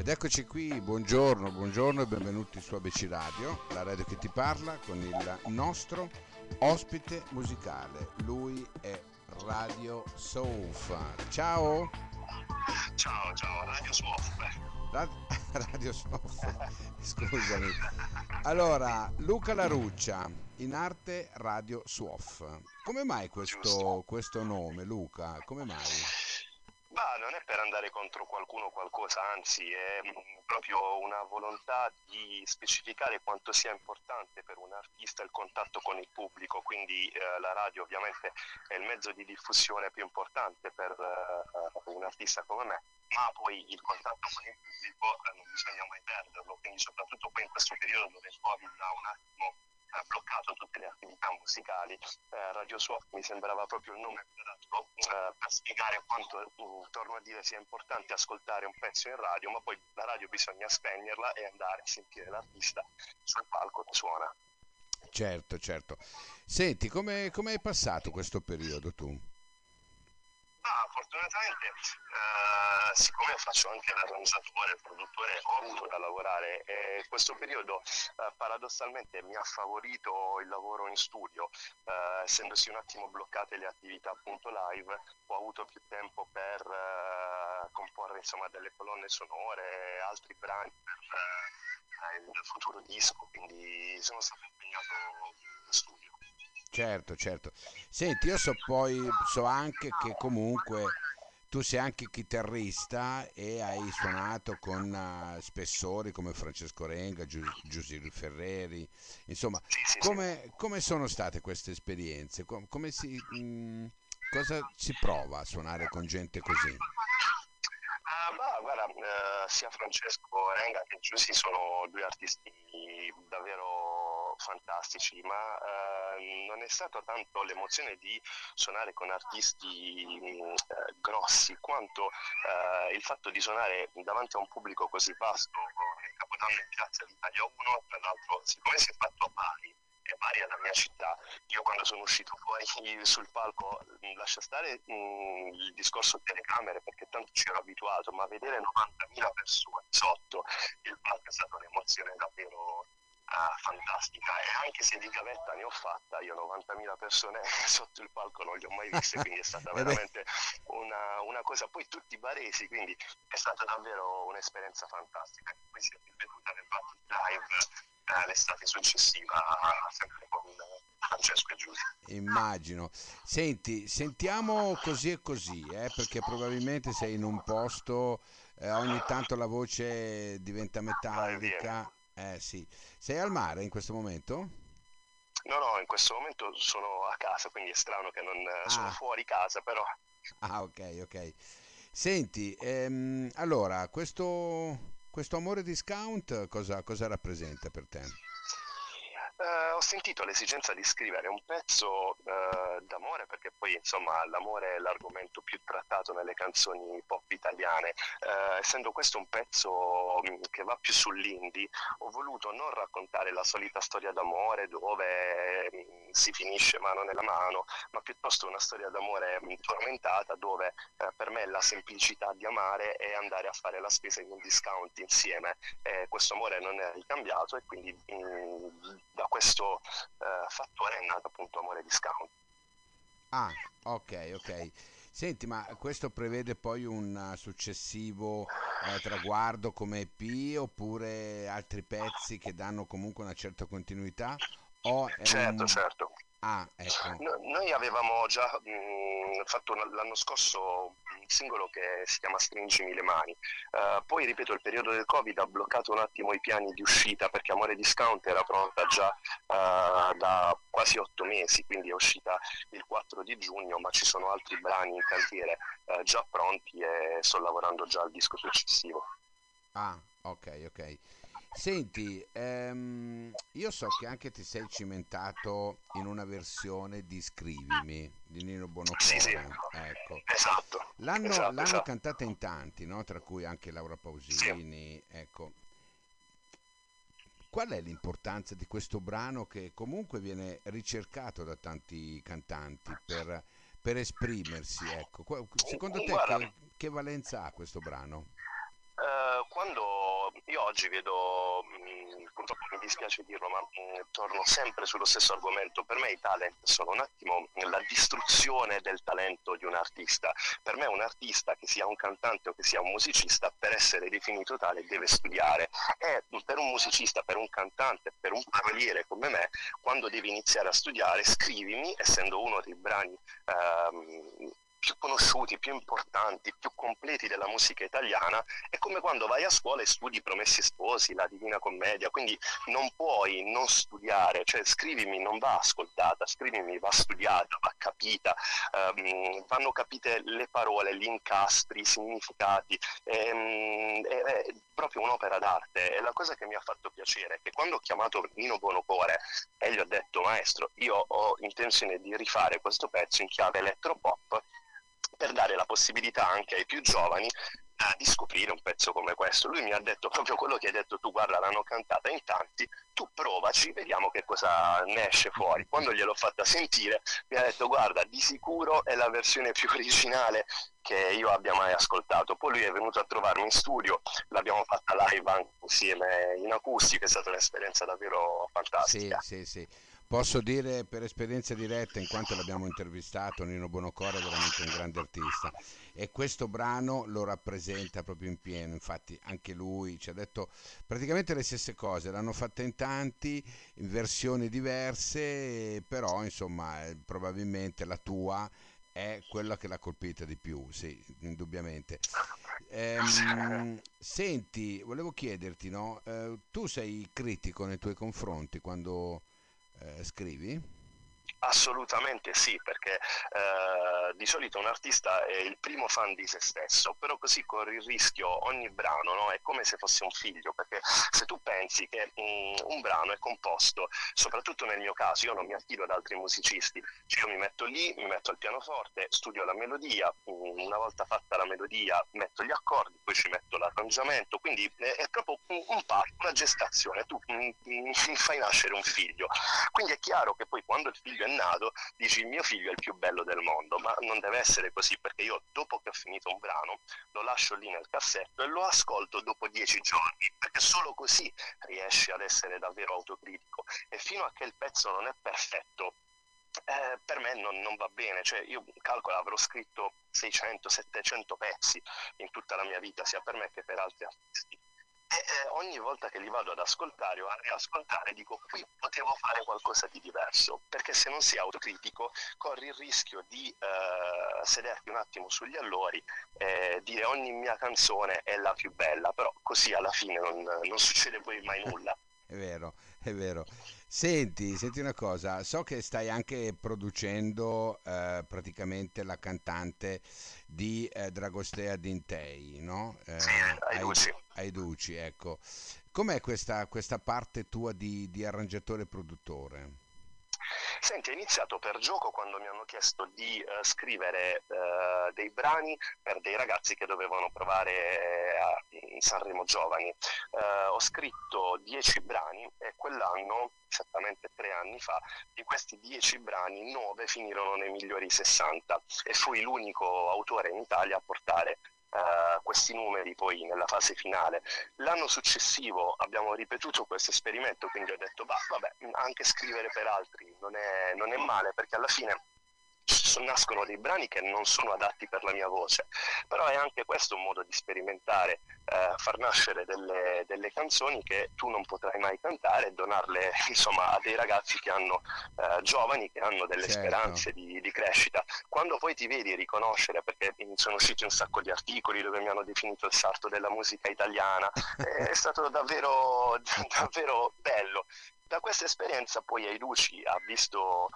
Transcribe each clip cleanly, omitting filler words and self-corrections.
Ed eccoci qui, buongiorno, buongiorno e benvenuti su ABC Radio, la radio che ti parla con il nostro ospite musicale. Lui è Radio Souf. Ciao! Ciao, Radio Souf. Radio Souf, scusami. Allora, Luca Laruccia, in arte Radio Souf. Come mai questo nome, Luca? Come mai? Ma non è per andare contro qualcuno o qualcosa, anzi è proprio una volontà di specificare quanto sia importante per un artista il contatto con il pubblico, quindi la radio ovviamente è il mezzo di diffusione più importante per un artista come me, ma poi il contatto con il pubblico non bisogna mai perderlo, quindi soprattutto poi in questo periodo dove il Covid ha un attimo bloccato tutte le attività musicali, Radio Souf mi sembrava proprio il nome adatto per spiegare quanto, torno a dire, sia importante ascoltare un pezzo in radio, ma poi la radio bisogna spegnerla e andare a sentire l'artista sul palco che suona. Certo, certo. Senti, come hai passato questo periodo tu? Fortunatamente, siccome faccio anche l'arrangiatore, il produttore, ho avuto da lavorare e questo periodo paradossalmente mi ha favorito il lavoro in studio, essendosi un attimo bloccate le attività appunto live, ho avuto più tempo per comporre insomma delle colonne sonore, altri brani per il futuro disco, quindi sono stato impegnato in studio. Certo, certo. Senti, io so anche che comunque tu sei anche chitarrista e hai suonato con spessori come Francesco Renga, Giuseppe Ferreri, insomma, Sì. come sono state queste esperienze? Cosa si prova a suonare con gente così? Guarda, sia Francesco Renga che Giussi sono due artisti davvero fantastici, ma non è stato tanto l'emozione di suonare con artisti grossi, quanto il fatto di suonare davanti a un pubblico così vasto, il Capodanno in Piazza d'Italia 1, tra l'altro, siccome si è fatto a Bari, e Bari è la mia città, io quando sono uscito fuori sul palco, lascia stare il discorso telecamere perché tanto ci ero abituato, ma vedere 90.000 persone sotto il palco è stata un'emozione davvero fantastica, e anche se di gavetta ne ho fatta, io 90.000 persone sotto il palco non li ho mai viste, quindi è stata veramente una cosa, poi tutti baresi, quindi è stata davvero un'esperienza fantastica. Poi si è ripetuta nel Battiti Live l'estate successiva, sempre con Francesco e Giulia. Immagino. Senti, sentiamo così e così, perché probabilmente sei in un posto, ogni tanto la voce diventa Vai e viene. metallica. Sì. Sei al mare in questo momento? No, in questo momento sono a casa, quindi è strano che non sono Ah, fuori casa, però ok, ok. Senti, allora, questo amore discount cosa rappresenta per te? Ho sentito l'esigenza di scrivere un pezzo d'amore, perché poi insomma l'amore è l'argomento più trattato nelle canzoni pop italiane. Essendo questo un pezzo che va più sull'indie, ho voluto non raccontare la solita storia d'amore dove si finisce mano nella mano, ma piuttosto una storia d'amore tormentata dove per me la semplicità di amare è andare a fare la spesa in un discount insieme. Questo amore non è ricambiato e quindi da questo fattore è nato appunto Amore Discount. Ah, ok, ok. Senti, ma questo prevede poi un successivo traguardo come EP oppure altri pezzi che danno comunque una certa continuità? O è un... Certo. Ah, ecco. Noi avevamo già fatto l'anno scorso un singolo che si chiama Stringimi le mani, poi ripeto il periodo del Covid ha bloccato un attimo i piani di uscita perché Amore Discount era pronta già da quasi 8 mesi, quindi è uscita il 4 di giugno, ma ci sono altri brani in cantiere già pronti e sto lavorando già al disco successivo. Ah, ok, ok. Senti, io so che anche ti sei cimentato in una versione di Scrivimi di Nino Sì, Buonocore. Ecco. L'hanno esatto. cantata in tanti, no? Tra cui anche Laura Sì. Pausini. Ecco. Qual è l'importanza di questo brano che comunque viene ricercato da tanti cantanti per esprimersi? Ecco. Secondo te Guarda, che valenza ha questo brano? Quando io oggi vedo, purtroppo mi dispiace dirlo, ma torno sempre sullo stesso argomento. Per me i talent sono un attimo la distruzione del talento di un artista. Per me un artista, che sia un cantante o che sia un musicista, per essere definito tale deve studiare. E per un musicista, per un cantante, per un paroliere come me, quando devi iniziare a studiare, scrivimi, essendo uno dei brani più conosciuti, più importanti, più completi della musica italiana. È come quando vai a scuola e studi Promessi Sposi, la Divina Commedia, quindi non puoi non studiare, cioè scrivimi non va ascoltata, scrivimi va studiata, va capita, vanno capite le parole, gli incastri, i significati, è proprio un'opera d'arte. E la cosa che mi ha fatto piacere è che quando ho chiamato Nino Buonocore e gli ho detto: maestro, io ho intenzione di rifare questo pezzo in chiave elettropop, per dare la possibilità anche ai più giovani di scoprire un pezzo come questo. Lui mi ha detto proprio quello che hai detto tu: guarda, l'hanno cantata in tanti, tu provaci, vediamo che cosa ne esce fuori. Quando gliel'ho fatta sentire mi ha detto: guarda, di sicuro è la versione più originale che io abbia mai ascoltato. Poi lui è venuto a trovarmi in studio, l'abbiamo fatta live anche insieme in acustica, è stata un'esperienza davvero Sì, fantastica. sì, sì. Posso dire per esperienza diretta, in quanto l'abbiamo intervistato, Nino Buonocore è veramente un grande artista e questo brano lo rappresenta proprio in pieno. Infatti anche lui ci ha detto praticamente le stesse cose, l'hanno fatta in tanti, in versioni diverse, però insomma probabilmente la tua è quella che l'ha colpita di più, sì, indubbiamente. Senti, volevo chiederti, no? Tu sei critico nei tuoi confronti quando scrivi? Assolutamente sì, perché di solito un artista è il primo fan di se stesso, però così corri il rischio, ogni brano, no? È come se fosse un figlio, perché se tu pensi che un brano è composto, soprattutto nel mio caso, io non mi affido ad altri musicisti, cioè io mi metto lì, mi metto al pianoforte, studio la melodia, una volta fatta la melodia metto gli accordi, poi ci metto l'arrangiamento, quindi è proprio un parto, una gestazione, tu fai nascere un figlio. Quindi è chiaro che poi quando il figlio è nato dici: il mio figlio è il più bello del mondo, ma non deve essere così, perché io dopo che ho finito un brano lo lascio lì nel cassetto e lo ascolto dopo 10 giorni, perché solo così riesci ad essere davvero autocritico. E fino a che il pezzo non è perfetto, per me non va bene. Cioè io calcolo, avrò scritto 600-700 pezzi in tutta la mia vita, sia per me che per altri artisti. E ogni volta che li vado ad ascoltare o a riascoltare dico: qui potevo fare qualcosa di diverso, perché se non sei autocritico corri il rischio di sederti un attimo sugli allori e dire: ogni mia canzone è la più bella, però così alla fine non succede poi mai nulla. È vero, è vero. Senti una cosa, so che stai anche producendo praticamente la cantante di Dragostea Dintei, no? Sì, hai luci. Ai Duci, ecco. Com'è questa parte tua di arrangiatore e produttore? Senti, ho iniziato per gioco quando mi hanno chiesto di scrivere dei brani per dei ragazzi che dovevano provare a Sanremo Giovani. Ho scritto 10 brani e quell'anno, esattamente 3 anni fa, di questi 10 brani 9 finirono nei migliori 60 e fui l'unico autore in Italia a portare questi numeri poi nella fase finale. L'anno successivo abbiamo ripetuto questo esperimento, quindi ho detto: bah, vabbè, anche scrivere per altri non è male, perché alla fine nascono dei brani che non sono adatti per la mia voce, però è anche questo un modo di sperimentare, far nascere delle canzoni che tu non potrai mai cantare e donarle insomma a dei ragazzi che hanno giovani, che hanno delle Certo. speranze di crescita. Quando poi ti vedi riconoscere, perché sono usciti un sacco di articoli dove mi hanno definito il sarto della musica italiana, è stato davvero davvero bello. Da questa esperienza poi Aiduci ha visto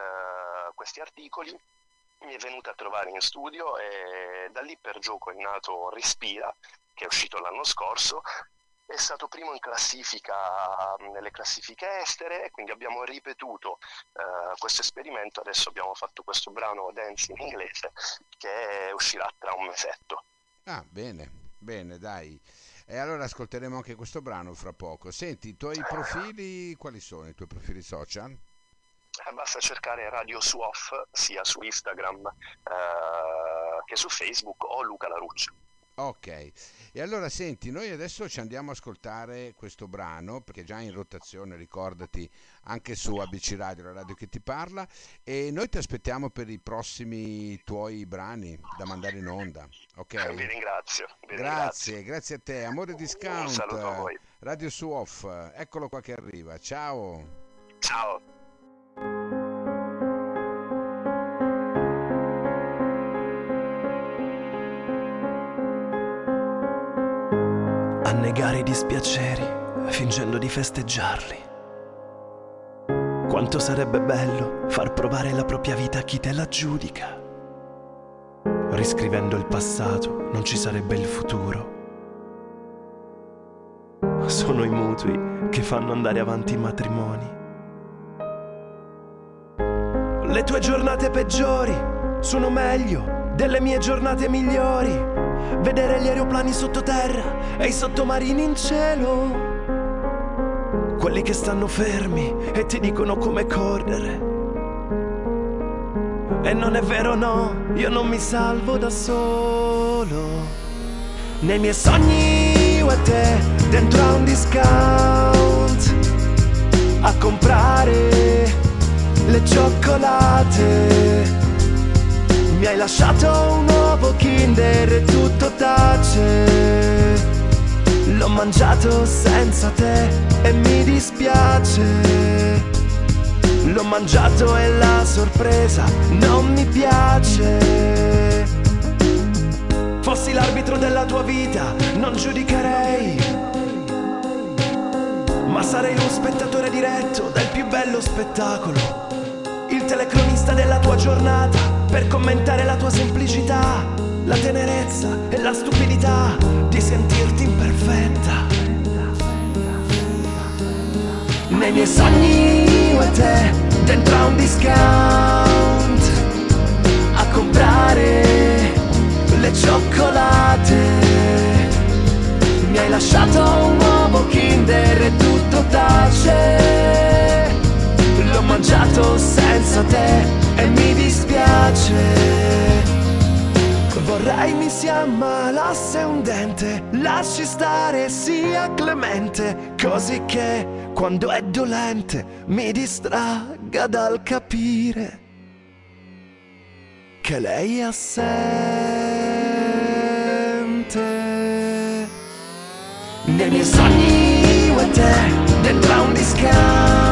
questi articoli, mi è venuta a trovare in studio e da lì per gioco è nato Respira, che è uscito l'anno scorso. È stato primo in classifica nelle classifiche estere, e quindi abbiamo ripetuto questo esperimento. Adesso abbiamo fatto questo brano Dance in inglese che uscirà tra un mesetto. Ah, bene, bene, dai. E allora ascolteremo anche questo brano fra poco. Senti, i tuoi profili, quali sono i tuoi profili social? Basta cercare Radio su Off sia su Instagram che su Facebook, o Luca La Ruccia. Ok, e allora senti, noi adesso ci andiamo a ascoltare questo brano perché è già in rotazione, ricordati, anche su ABC Radio, la radio che ti parla, e noi ti aspettiamo per i prossimi tuoi brani da mandare in onda, Vi ok? ringrazio, vi ringrazio. Grazie, grazie a te, Amore Un Discount, saluto a voi. Radio su Off, eccolo qua che arriva, ciao! Ciao. Annegare i dispiaceri, fingendo di festeggiarli. Quanto sarebbe bello far provare la propria vita a chi te la giudica. Riscrivendo il passato non ci sarebbe il futuro. Sono i mutui che fanno andare avanti i matrimoni. Le tue giornate peggiori sono meglio delle mie giornate migliori. Vedere gli aeroplani sottoterra e i sottomarini in cielo. Quelli che stanno fermi e ti dicono come correre. E non è vero, no, io non mi salvo da solo. Nei miei sogni io e te, dentro a un discount, a comprare le cioccolate. Mi hai lasciato un uovo Kinder e tutto tace. L'ho mangiato senza te e mi dispiace. L'ho mangiato e la sorpresa non mi piace. Fossi l'arbitro della tua vita non giudicherei, ma sarei lo spettatore diretto del più bello spettacolo. Il telecronista della tua giornata per commentare la tua semplicità, la tenerezza e la stupidità di sentirti imperfetta. Nei miei sogni io e te, dentro a un discount, a comprare le cioccolate. Mi hai lasciato un uovo Kinder e tutto tace. L'ho mangiato senza te e mi dispiace. Vorrei mi si ammalasse un dente, lasci stare, sia clemente, così che quando è dolente mi distragga dal capire che lei è assente. Nei miei sogni io e te, dentro a un discount,